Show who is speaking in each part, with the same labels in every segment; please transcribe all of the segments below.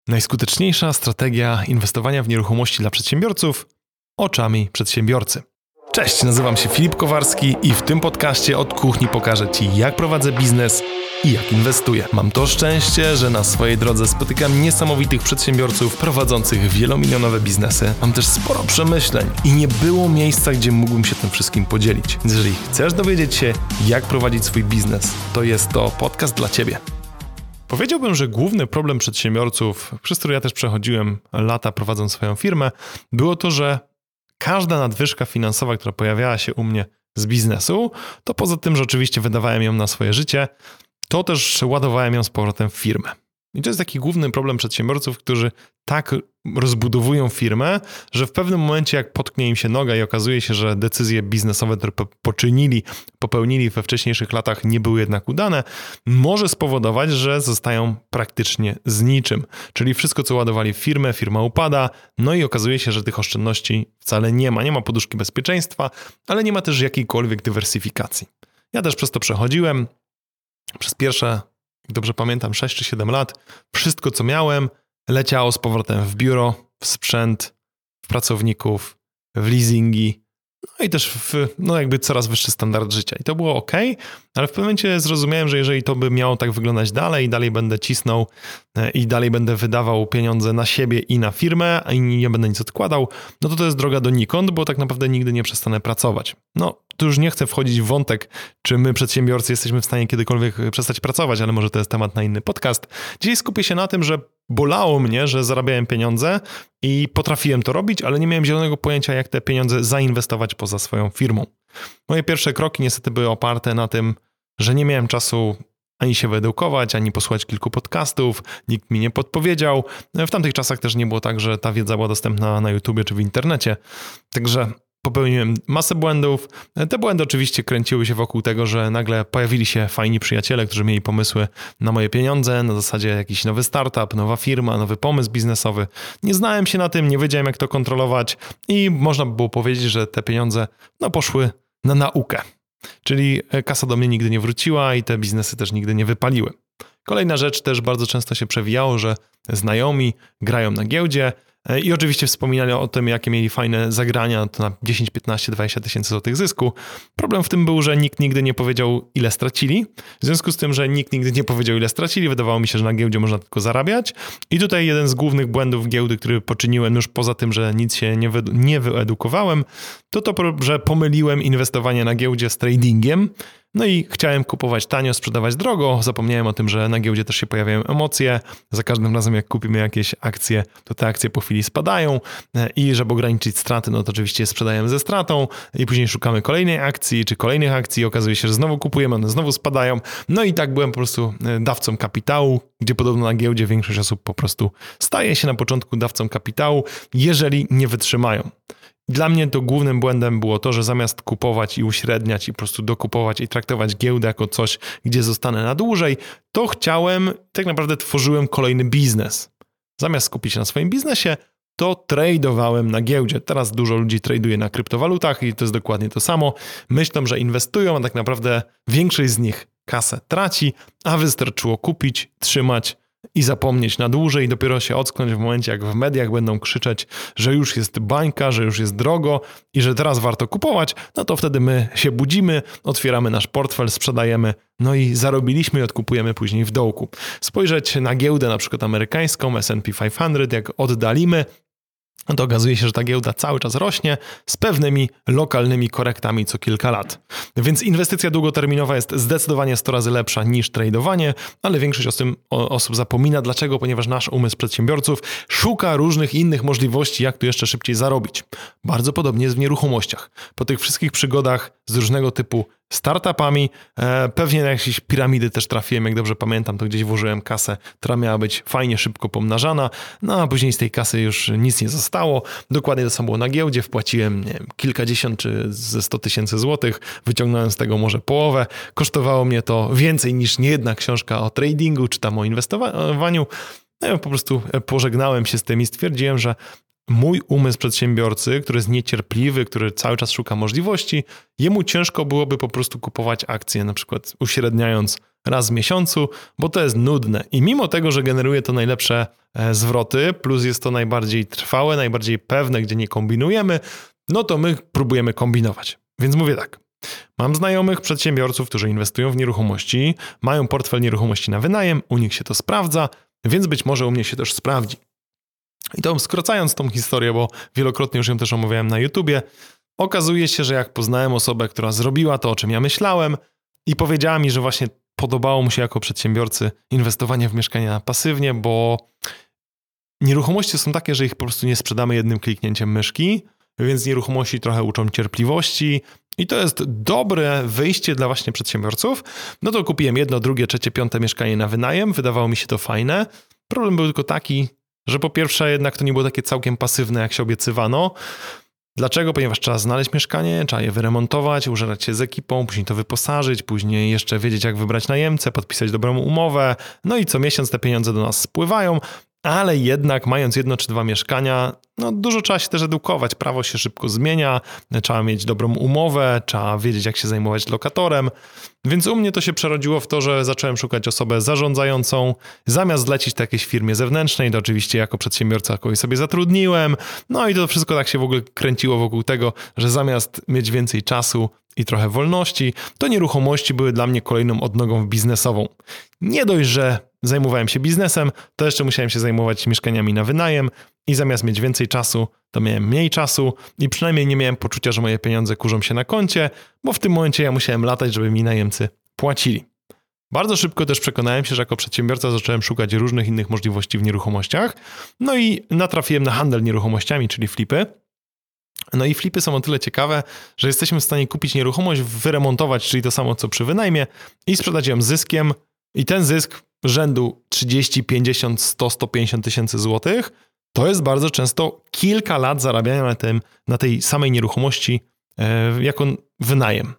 Speaker 1: Najskuteczniejsza strategia inwestowania w nieruchomości dla przedsiębiorców oczami przedsiębiorcy. Cześć, nazywam się Filip Kowarski i w tym podcaście od kuchni pokażę Ci, jak prowadzę biznes i jak inwestuję. Mam to szczęście, że na swojej drodze spotykam niesamowitych przedsiębiorców prowadzących wielomilionowe biznesy. Mam też sporo przemyśleń i nie było miejsca, gdzie mógłbym się tym wszystkim podzielić. Więc jeżeli chcesz dowiedzieć się, jak prowadzić swój biznes, to jest to podcast dla Ciebie. Powiedziałbym, że główny problem przedsiębiorców, przez który ja też przechodziłem lata prowadząc swoją firmę, było to, że każda nadwyżka finansowa, która pojawiała się u mnie z biznesu, to poza tym, że oczywiście wydawałem ją na swoje życie, to też ładowałem ją z powrotem w firmę. I to jest taki główny problem przedsiębiorców, którzy tak rozbudowują firmę, że w pewnym momencie jak potknie im się noga i okazuje się, że decyzje biznesowe, które popełnili we wcześniejszych latach nie były jednak udane, może spowodować, że zostają praktycznie z niczym. Czyli wszystko, co ładowali w firmę, firma upada, no i okazuje się, że tych oszczędności wcale nie ma. Nie ma poduszki bezpieczeństwa, ale nie ma też jakiejkolwiek dywersyfikacji. Ja też przez to przechodziłem. Przez pierwsze, jak dobrze pamiętam, 6 czy 7 lat, wszystko co miałem leciało z powrotem w biuro, w sprzęt, w pracowników, w leasingi, no i też w jakby coraz wyższy standard życia. I to było ok, ale w pewnym momencie zrozumiałem, że jeżeli to by miało tak wyglądać dalej będę cisnął i dalej będę wydawał pieniądze na siebie i na firmę, a nie będę nic odkładał, no to jest droga donikąd, bo tak naprawdę nigdy nie przestanę pracować. No, tu już nie chcę wchodzić w wątek, czy my przedsiębiorcy jesteśmy w stanie kiedykolwiek przestać pracować, ale może to jest temat na inny podcast. Dzisiaj skupię się na tym, że bolało mnie, że zarabiałem pieniądze i potrafiłem to robić, ale nie miałem zielonego pojęcia, jak te pieniądze zainwestować poza swoją firmą. Moje pierwsze kroki niestety były oparte na tym, że nie miałem czasu ani się wyedukować, ani posłuchać kilku podcastów, nikt mi nie podpowiedział. W tamtych czasach też nie było tak, że ta wiedza była dostępna na YouTubie czy w internecie. Także popełniłem masę błędów. Te błędy oczywiście kręciły się wokół tego, że nagle pojawili się fajni przyjaciele, którzy mieli pomysły na moje pieniądze, na zasadzie jakiś nowy startup, nowa firma, nowy pomysł biznesowy. Nie znałem się na tym, nie wiedziałem jak to kontrolować i można by było powiedzieć, że te pieniądze poszły na naukę. Czyli kasa do mnie nigdy nie wróciła i te biznesy też nigdy nie wypaliły. Kolejna rzecz też bardzo często się przewijało, że znajomi grają na giełdzie i oczywiście wspominali o tym, jakie mieli fajne zagrania, to na 10, 15, 20 tysięcy złotych zysku. Problem w tym był, że nikt nigdy nie powiedział, ile stracili. W związku z tym, że nikt nigdy nie powiedział, ile stracili, wydawało mi się, że na giełdzie można tylko zarabiać. I tutaj jeden z głównych błędów giełdy, który poczyniłem już poza tym, że nic się nie wyedukowałem, to, że pomyliłem inwestowanie na giełdzie z tradingiem. No i chciałem kupować tanio, sprzedawać drogo. Zapomniałem o tym, że na giełdzie też się pojawiają emocje. Za każdym razem, jak kupimy jakieś akcje, to te akcje po chwili spadają i żeby ograniczyć straty, no to oczywiście sprzedajemy ze stratą i później szukamy kolejnej akcji czy kolejnych akcji. Okazuje się, że znowu kupujemy, one znowu spadają. No i tak byłem po prostu dawcą kapitału, gdzie podobno na giełdzie większość osób po prostu staje się na początku dawcą kapitału, jeżeli nie wytrzymają. Dla mnie to głównym błędem było to, że zamiast kupować i uśredniać i po prostu dokupować i traktować giełdę jako coś, gdzie zostanę na dłużej, to tak naprawdę tworzyłem kolejny biznes. Zamiast skupić się na swoim biznesie, to tradowałem na giełdzie. Teraz dużo ludzi traduje na kryptowalutach i to jest dokładnie to samo. Myślą, że inwestują, a tak naprawdę większość z nich kasę traci, a wystarczyło kupić, trzymać i zapomnieć na dłużej i dopiero się ocknąć w momencie, jak w mediach będą krzyczeć, że już jest bańka, że już jest drogo i że teraz warto kupować, no to wtedy my się budzimy, otwieramy nasz portfel, sprzedajemy, no i zarobiliśmy i odkupujemy później w dołku. Spojrzeć na giełdę na przykład amerykańską, S&P 500, jak oddalimy, no to okazuje się, że ta giełda cały czas rośnie z pewnymi lokalnymi korektami co kilka lat. Więc inwestycja długoterminowa jest zdecydowanie 100 razy lepsza niż tradowanie, ale większość osób zapomina. Dlaczego? Ponieważ nasz umysł przedsiębiorców szuka różnych innych możliwości, jak tu jeszcze szybciej zarobić. Bardzo podobnie jest w nieruchomościach. Po tych wszystkich przygodach z różnego typu startupami, pewnie na jakieś piramidy też trafiłem, jak dobrze pamiętam, to gdzieś włożyłem kasę, która miała być fajnie szybko pomnażana, no a później z tej kasy już nic nie zostało. Dokładnie to samo było na giełdzie, wpłaciłem kilkadziesiąt czy ze 100 tysięcy złotych, wyciągnąłem z tego może połowę, kosztowało mnie to więcej niż niejedna książka o tradingu czy tam o inwestowaniu. No ja po prostu pożegnałem się z tym i stwierdziłem, że mój umysł przedsiębiorcy, który jest niecierpliwy, który cały czas szuka możliwości, jemu ciężko byłoby po prostu kupować akcje, na przykład uśredniając raz w miesiącu, bo to jest nudne. I mimo tego, że generuje to najlepsze zwroty, plus jest to najbardziej trwałe, najbardziej pewne, gdzie nie kombinujemy, no to my próbujemy kombinować. Więc mówię tak, mam znajomych przedsiębiorców, którzy inwestują w nieruchomości, mają portfel nieruchomości na wynajem, u nich się to sprawdza, więc być może u mnie się też sprawdzi. I to skracając tą historię, bo wielokrotnie już ją też omawiałem na YouTubie, okazuje się, że jak poznałem osobę, która zrobiła to, o czym ja myślałem i powiedziała mi, że właśnie podobało mu się jako przedsiębiorcy inwestowanie w mieszkania pasywnie, bo nieruchomości są takie, że ich po prostu nie sprzedamy jednym kliknięciem myszki, więc nieruchomości trochę uczą cierpliwości i to jest dobre wyjście dla właśnie przedsiębiorców. No to kupiłem 1, 2, 3, 5 mieszkanie na wynajem, wydawało mi się to fajne. Problem był tylko taki, że po pierwsze jednak to nie było takie całkiem pasywne, jak się obiecywano. Dlaczego? Ponieważ trzeba znaleźć mieszkanie, trzeba je wyremontować, użerać się z ekipą, później to wyposażyć, później jeszcze wiedzieć, jak wybrać najemcę, podpisać dobrą umowę. No i co miesiąc te pieniądze do nas spływają, ale jednak mając 1 czy 2 mieszkania, no dużo trzeba się też edukować, prawo się szybko zmienia, trzeba mieć dobrą umowę, trzeba wiedzieć, jak się zajmować lokatorem, więc u mnie to się przerodziło w to, że zacząłem szukać osobę zarządzającą, zamiast zlecić to jakiejś firmie zewnętrznej, to oczywiście jako przedsiębiorca kogoś sobie zatrudniłem, no i to wszystko tak się w ogóle kręciło wokół tego, że zamiast mieć więcej czasu i trochę wolności, to nieruchomości były dla mnie kolejną odnogą biznesową. Nie dość, że zajmowałem się biznesem, to jeszcze musiałem się zajmować mieszkaniami na wynajem i zamiast mieć więcej czasu, to miałem mniej czasu i przynajmniej nie miałem poczucia, że moje pieniądze kurzą się na koncie, bo w tym momencie ja musiałem latać, żeby mi najemcy płacili. Bardzo szybko też przekonałem się, że jako przedsiębiorca zacząłem szukać różnych innych możliwości w nieruchomościach, no i natrafiłem na handel nieruchomościami, czyli flipy. No i flipy są o tyle ciekawe, że jesteśmy w stanie kupić nieruchomość, wyremontować, czyli to samo co przy wynajmie i sprzedać ją zyskiem i ten zysk rzędu 30, 50, 100, 150 tysięcy złotych to jest bardzo często kilka lat zarabiania na tej samej nieruchomości jako wynajem.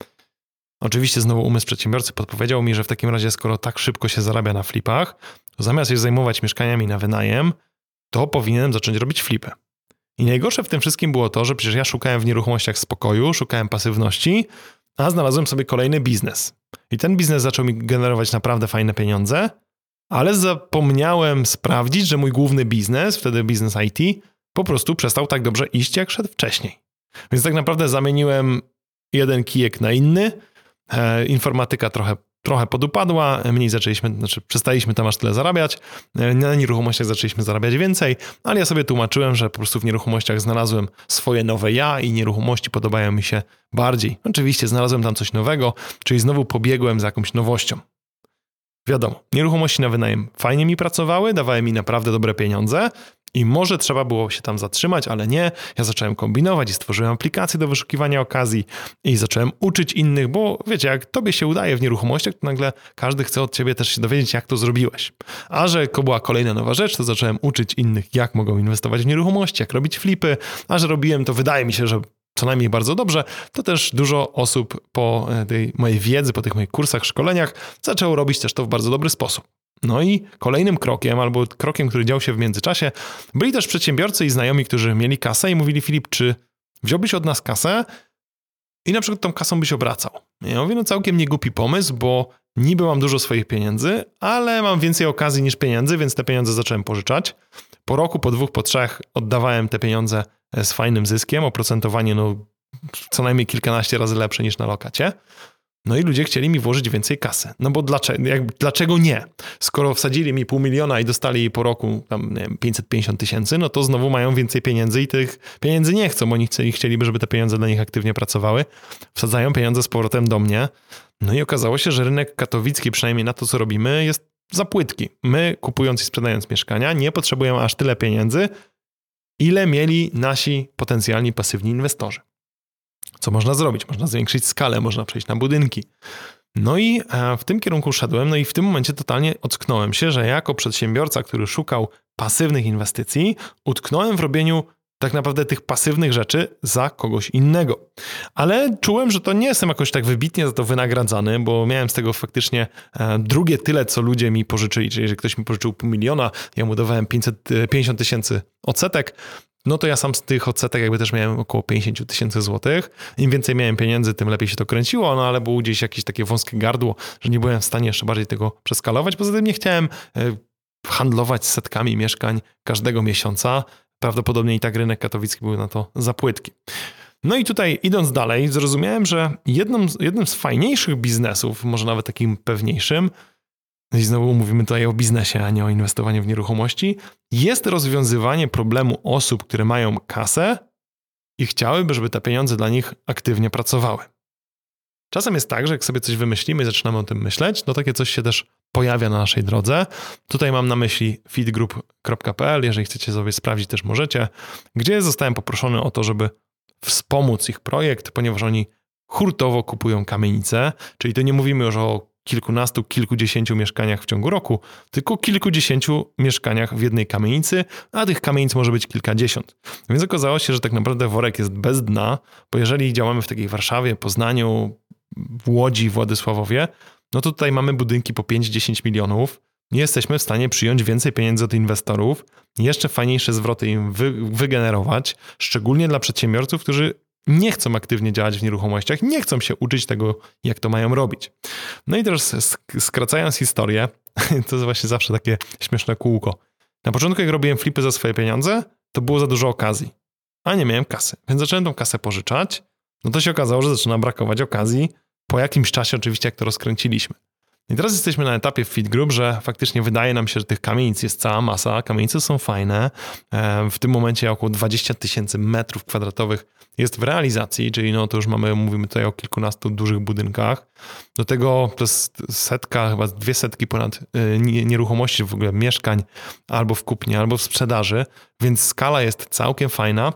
Speaker 1: Oczywiście znowu umysł przedsiębiorcy podpowiedział mi, że w takim razie skoro tak szybko się zarabia na flipach, to zamiast się zajmować mieszkaniami na wynajem, to powinienem zacząć robić flipy. I najgorsze w tym wszystkim było to, że przecież ja szukałem w nieruchomościach spokoju, szukałem pasywności, a znalazłem sobie kolejny biznes. I ten biznes zaczął mi generować naprawdę fajne pieniądze, ale zapomniałem sprawdzić, że mój główny biznes, wtedy biznes IT, po prostu przestał tak dobrze iść, jak szedł wcześniej. Więc tak naprawdę zamieniłem jeden kijek na inny, informatyka trochę podupadła, przestaliśmy tam aż tyle zarabiać, na nieruchomościach zaczęliśmy zarabiać więcej, ale ja sobie tłumaczyłem, że po prostu w nieruchomościach znalazłem swoje nowe ja i nieruchomości podobają mi się bardziej. Oczywiście znalazłem tam coś nowego, czyli znowu pobiegłem za jakąś nowością. Wiadomo, nieruchomości na wynajem fajnie mi pracowały, dawały mi naprawdę dobre pieniądze i może trzeba było się tam zatrzymać, ale nie. Ja zacząłem kombinować i stworzyłem aplikację do wyszukiwania okazji i zacząłem uczyć innych, bo wiecie, jak tobie się udaje w nieruchomościach, to nagle każdy chce od ciebie też się dowiedzieć, jak to zrobiłeś. A że to była kolejna nowa rzecz, to zacząłem uczyć innych, jak mogą inwestować w nieruchomości, jak robić flipy, a że robiłem to, wydaje mi się, że co najmniej bardzo dobrze, to też dużo osób po tej mojej wiedzy, po tych moich kursach, szkoleniach zaczęło robić też to w bardzo dobry sposób. No i kolejnym krokiem, albo krokiem, który dział się w międzyczasie, byli też przedsiębiorcy i znajomi, którzy mieli kasę i mówili: Filip, czy wziąłbyś od nas kasę i na przykład tą kasą byś obracał? Ja mówię, no całkiem niegłupi pomysł, bo niby mam dużo swoich pieniędzy, ale mam więcej okazji niż pieniędzy, więc te pieniądze zacząłem pożyczać. Po roku, po 2, po 3 oddawałem te pieniądze z fajnym zyskiem, oprocentowanie co najmniej kilkanaście razy lepsze niż na lokacie. No i ludzie chcieli mi włożyć więcej kasy. No bo dlaczego nie? Skoro wsadzili mi 500 000 i dostali po roku tam, nie wiem, 550 tysięcy, no to znowu mają więcej pieniędzy i tych pieniędzy nie chcą. Oni chcieliby, żeby te pieniądze dla nich aktywnie pracowały. Wsadzają pieniądze z powrotem do mnie. No i okazało się, że rynek katowicki, przynajmniej na to, co robimy, jest za płytki. My, kupując i sprzedając mieszkania, nie potrzebujemy aż tyle pieniędzy, ile mieli nasi potencjalni pasywni inwestorzy. Co można zrobić? Można zwiększyć skalę, można przejść na budynki. No i w tym kierunku szedłem, no i w tym momencie totalnie ocknąłem się, że jako przedsiębiorca, który szukał pasywnych inwestycji, utknąłem w robieniu tak naprawdę tych pasywnych rzeczy za kogoś innego. Ale czułem, że to nie jestem jakoś tak wybitnie za to wynagradzany, bo miałem z tego faktycznie drugie tyle, co ludzie mi pożyczyli. Czyli jeżeli ktoś mi pożyczył 500 000, ja mu dawałem 550 tysięcy odsetek, no to ja sam z tych odsetek jakby też miałem około 50 tysięcy złotych. Im więcej miałem pieniędzy, tym lepiej się to kręciło, no ale było gdzieś jakieś takie wąskie gardło, że nie byłem w stanie jeszcze bardziej tego przeskalować. Poza tym nie chciałem handlować setkami mieszkań każdego miesiąca. Prawdopodobnie i tak rynek katowicki był na to za płytki. No i tutaj idąc dalej, zrozumiałem, że jednym z fajniejszych biznesów, może nawet takim pewniejszym, i znowu mówimy tutaj o biznesie, a nie o inwestowaniu w nieruchomości, jest rozwiązywanie problemu osób, które mają kasę i chciałyby, żeby te pieniądze dla nich aktywnie pracowały. Czasem jest tak, że jak sobie coś wymyślimy i zaczynamy o tym myśleć, no takie coś się też pojawia na naszej drodze. Tutaj mam na myśli feedgroup.pl, jeżeli chcecie sobie sprawdzić, też możecie, gdzie zostałem poproszony o to, żeby wspomóc ich projekt, ponieważ oni hurtowo kupują kamienice, czyli to nie mówimy już o kilkunastu, kilkudziesięciu mieszkaniach w ciągu roku, tylko kilkudziesięciu mieszkaniach w jednej kamienicy, a tych kamienic może być kilkadziesiąt. Więc okazało się, że tak naprawdę worek jest bez dna, bo jeżeli działamy w takiej Warszawie, Poznaniu, w Łodzi, Władysławowie, no to tutaj mamy budynki po 5-10 milionów, nie jesteśmy w stanie przyjąć więcej pieniędzy od inwestorów, jeszcze fajniejsze zwroty im wygenerować, szczególnie dla przedsiębiorców, którzy nie chcą aktywnie działać w nieruchomościach, nie chcą się uczyć tego, jak to mają robić. No i teraz skracając historię, to jest właśnie zawsze takie śmieszne kółko. Na początku, jak robiłem flipy za swoje pieniądze, to było za dużo okazji, a nie miałem kasy. Więc zacząłem tą kasę pożyczać, no to się okazało, że zaczyna brakować okazji po jakimś czasie oczywiście, jak to rozkręciliśmy. I teraz jesteśmy na etapie w Fit Group, że faktycznie wydaje nam się, że tych kamienic jest cała masa, kamienice są fajne. W tym momencie około 20 tysięcy metrów kwadratowych jest w realizacji, czyli no to już mówimy tutaj o kilkunastu dużych budynkach. Do tego to jest setka, chyba 200 ponad nieruchomości, w ogóle mieszkań albo w kupnie, albo w sprzedaży, więc skala jest całkiem fajna.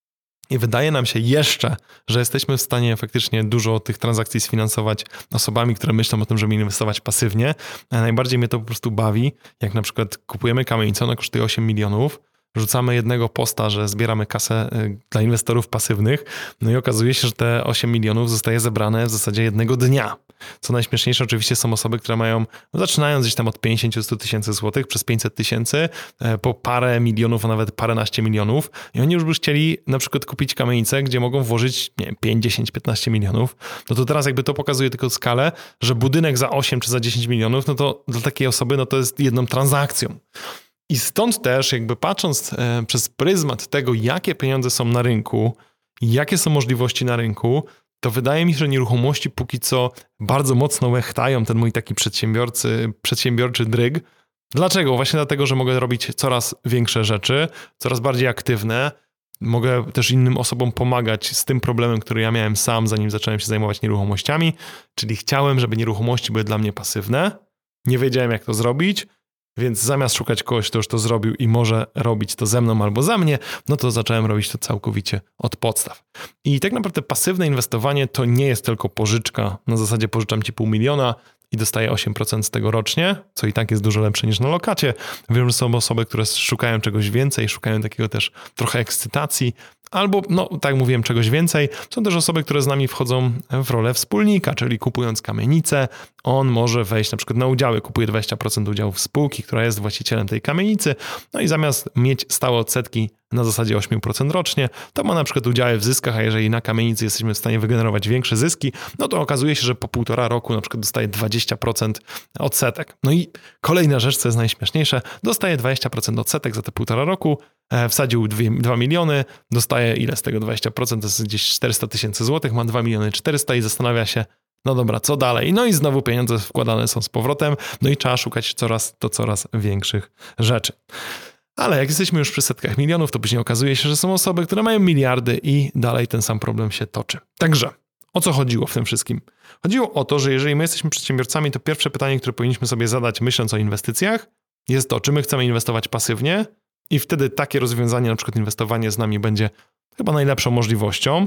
Speaker 1: I wydaje nam się jeszcze, że jesteśmy w stanie faktycznie dużo tych transakcji sfinansować osobami, które myślą o tym, żeby inwestować pasywnie. A najbardziej mnie to po prostu bawi, jak na przykład kupujemy kamienicę, ona kosztuje 8 milionów, rzucamy jednego posta, że zbieramy kasę dla inwestorów pasywnych, no i okazuje się, że te 8 milionów zostaje zebrane w zasadzie jednego dnia. Co najśmieszniejsze oczywiście są osoby, które mają, zaczynając gdzieś tam od 50-100 tysięcy złotych, przez 500 tysięcy, po parę milionów, a nawet paręnaście milionów i oni już by chcieli na przykład kupić kamienicę, gdzie mogą włożyć, nie wiem, 5, 10, 15 milionów. No to teraz jakby to pokazuje tylko skalę, że budynek za 8 czy za 10 milionów, no to dla takiej osoby, no to jest jedną transakcją. I stąd też jakby patrząc przez pryzmat tego, jakie pieniądze są na rynku, jakie są możliwości na rynku, to wydaje mi się, że nieruchomości póki co bardzo mocno łechtają ten mój taki przedsiębiorczy dryg. Dlaczego? Właśnie dlatego, że mogę robić coraz większe rzeczy, coraz bardziej aktywne. Mogę też innym osobom pomagać z tym problemem, który ja miałem sam, zanim zacząłem się zajmować nieruchomościami, czyli chciałem, żeby nieruchomości były dla mnie pasywne. Nie wiedziałem, jak to zrobić. Więc zamiast szukać kogoś, kto już to zrobił i może robić to ze mną albo za mnie, no to zacząłem robić to całkowicie od podstaw. I tak naprawdę pasywne inwestowanie to nie jest tylko pożyczka. Na zasadzie pożyczam ci 500 000 i dostaję 8% z tego rocznie, co i tak jest dużo lepsze niż na lokacie. Wiem, że są osoby, które szukają czegoś więcej, szukają takiego też trochę ekscytacji, albo, no tak jak mówiłem, czegoś więcej. Są też osoby, które z nami wchodzą w rolę wspólnika, czyli kupując kamienicę, on może wejść na przykład na udziały, kupuje 20% udziałów spółki, która jest właścicielem tej kamienicy, no i zamiast mieć stałe odsetki na zasadzie 8% rocznie, to ma na przykład udziały w zyskach, a jeżeli na kamienicy jesteśmy w stanie wygenerować większe zyski, no to okazuje się, że po 1,5 roku na przykład dostaje 20% odsetek. No i kolejna rzecz, co jest najśmieszniejsze, dostaje 20% odsetek za te 1,5 roku, wsadził 2 miliony, dostaje ile z tego 20%, to jest gdzieś 400 tysięcy złotych, ma 2 miliony 400 i zastanawia się, no dobra, co dalej? No i znowu pieniądze wkładane są z powrotem, no i trzeba szukać coraz większych rzeczy. Ale jak jesteśmy już przy setkach milionów, to później okazuje się, że są osoby, które mają miliardy i dalej ten sam problem się toczy. Także o co chodziło w tym wszystkim? Chodziło o to, że jeżeli my jesteśmy przedsiębiorcami, to pierwsze pytanie, które powinniśmy sobie zadać, myśląc o inwestycjach, jest to, czy my chcemy inwestować pasywnie i wtedy takie rozwiązanie, na przykład inwestowanie z nami będzie chyba najlepszą możliwością.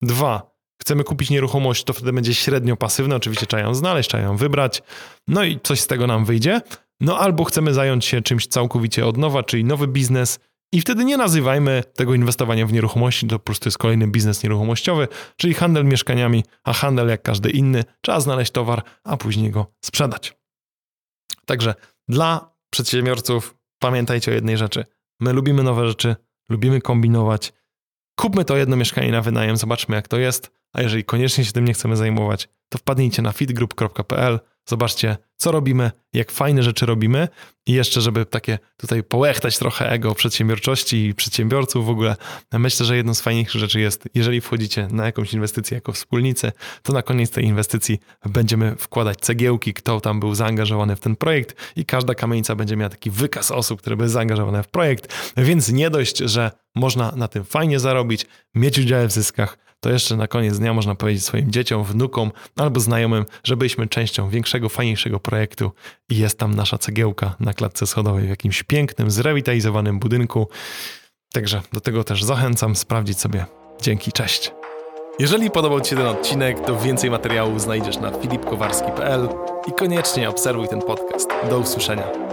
Speaker 1: 2. Chcemy kupić nieruchomość, to wtedy będzie średnio pasywne, oczywiście trzeba ją znaleźć, trzeba ją wybrać, no i coś z tego nam wyjdzie. No albo chcemy zająć się czymś całkowicie od nowa, czyli nowy biznes i wtedy nie nazywajmy tego inwestowania w nieruchomości, to po prostu jest kolejny biznes nieruchomościowy, czyli handel mieszkaniami, a handel jak każdy inny, trzeba znaleźć towar, a później go sprzedać. Także dla przedsiębiorców pamiętajcie o jednej rzeczy. My lubimy nowe rzeczy, lubimy kombinować. Kupmy to jedno mieszkanie na wynajem, zobaczmy jak to jest, a jeżeli koniecznie się tym nie chcemy zajmować, to wpadnijcie na fitgroup.pl, zobaczcie co robimy, jak fajne rzeczy robimy i jeszcze, żeby takie tutaj połechtać trochę ego przedsiębiorczości i przedsiębiorców w ogóle, myślę, że jedną z fajniejszych rzeczy jest, jeżeli wchodzicie na jakąś inwestycję jako wspólnicy, to na koniec tej inwestycji będziemy wkładać cegiełki, kto tam był zaangażowany w ten projekt i każda kamienica będzie miała taki wykaz osób, które były zaangażowane w projekt, więc nie dość, że można na tym fajnie zarobić, mieć udział w zyskach, to jeszcze na koniec dnia można powiedzieć swoim dzieciom, wnukom albo znajomym, że byliśmy częścią większego, fajniejszego projektu i jest tam nasza cegiełka na klatce schodowej w jakimś pięknym, zrewitalizowanym budynku. Także do tego też zachęcam sprawdzić sobie. Dzięki, cześć. Jeżeli podobał Ci się ten odcinek, to więcej materiałów znajdziesz na filipkowarski.pl i koniecznie obserwuj ten podcast. Do usłyszenia.